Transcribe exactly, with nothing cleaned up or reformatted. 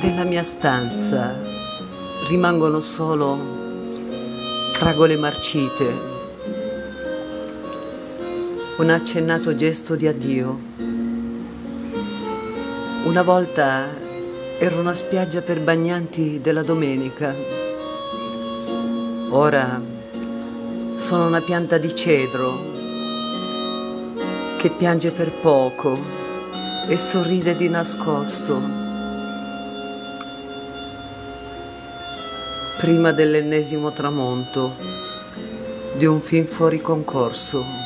Nella mia stanza rimangono solo fragole marcite, un accennato gesto di addio. Una volta ero una spiaggia per bagnanti della domenica, ora sono una pianta di cedro che piange per poco e sorride di nascosto prima dell'ennesimo tramonto di un film fuori concorso.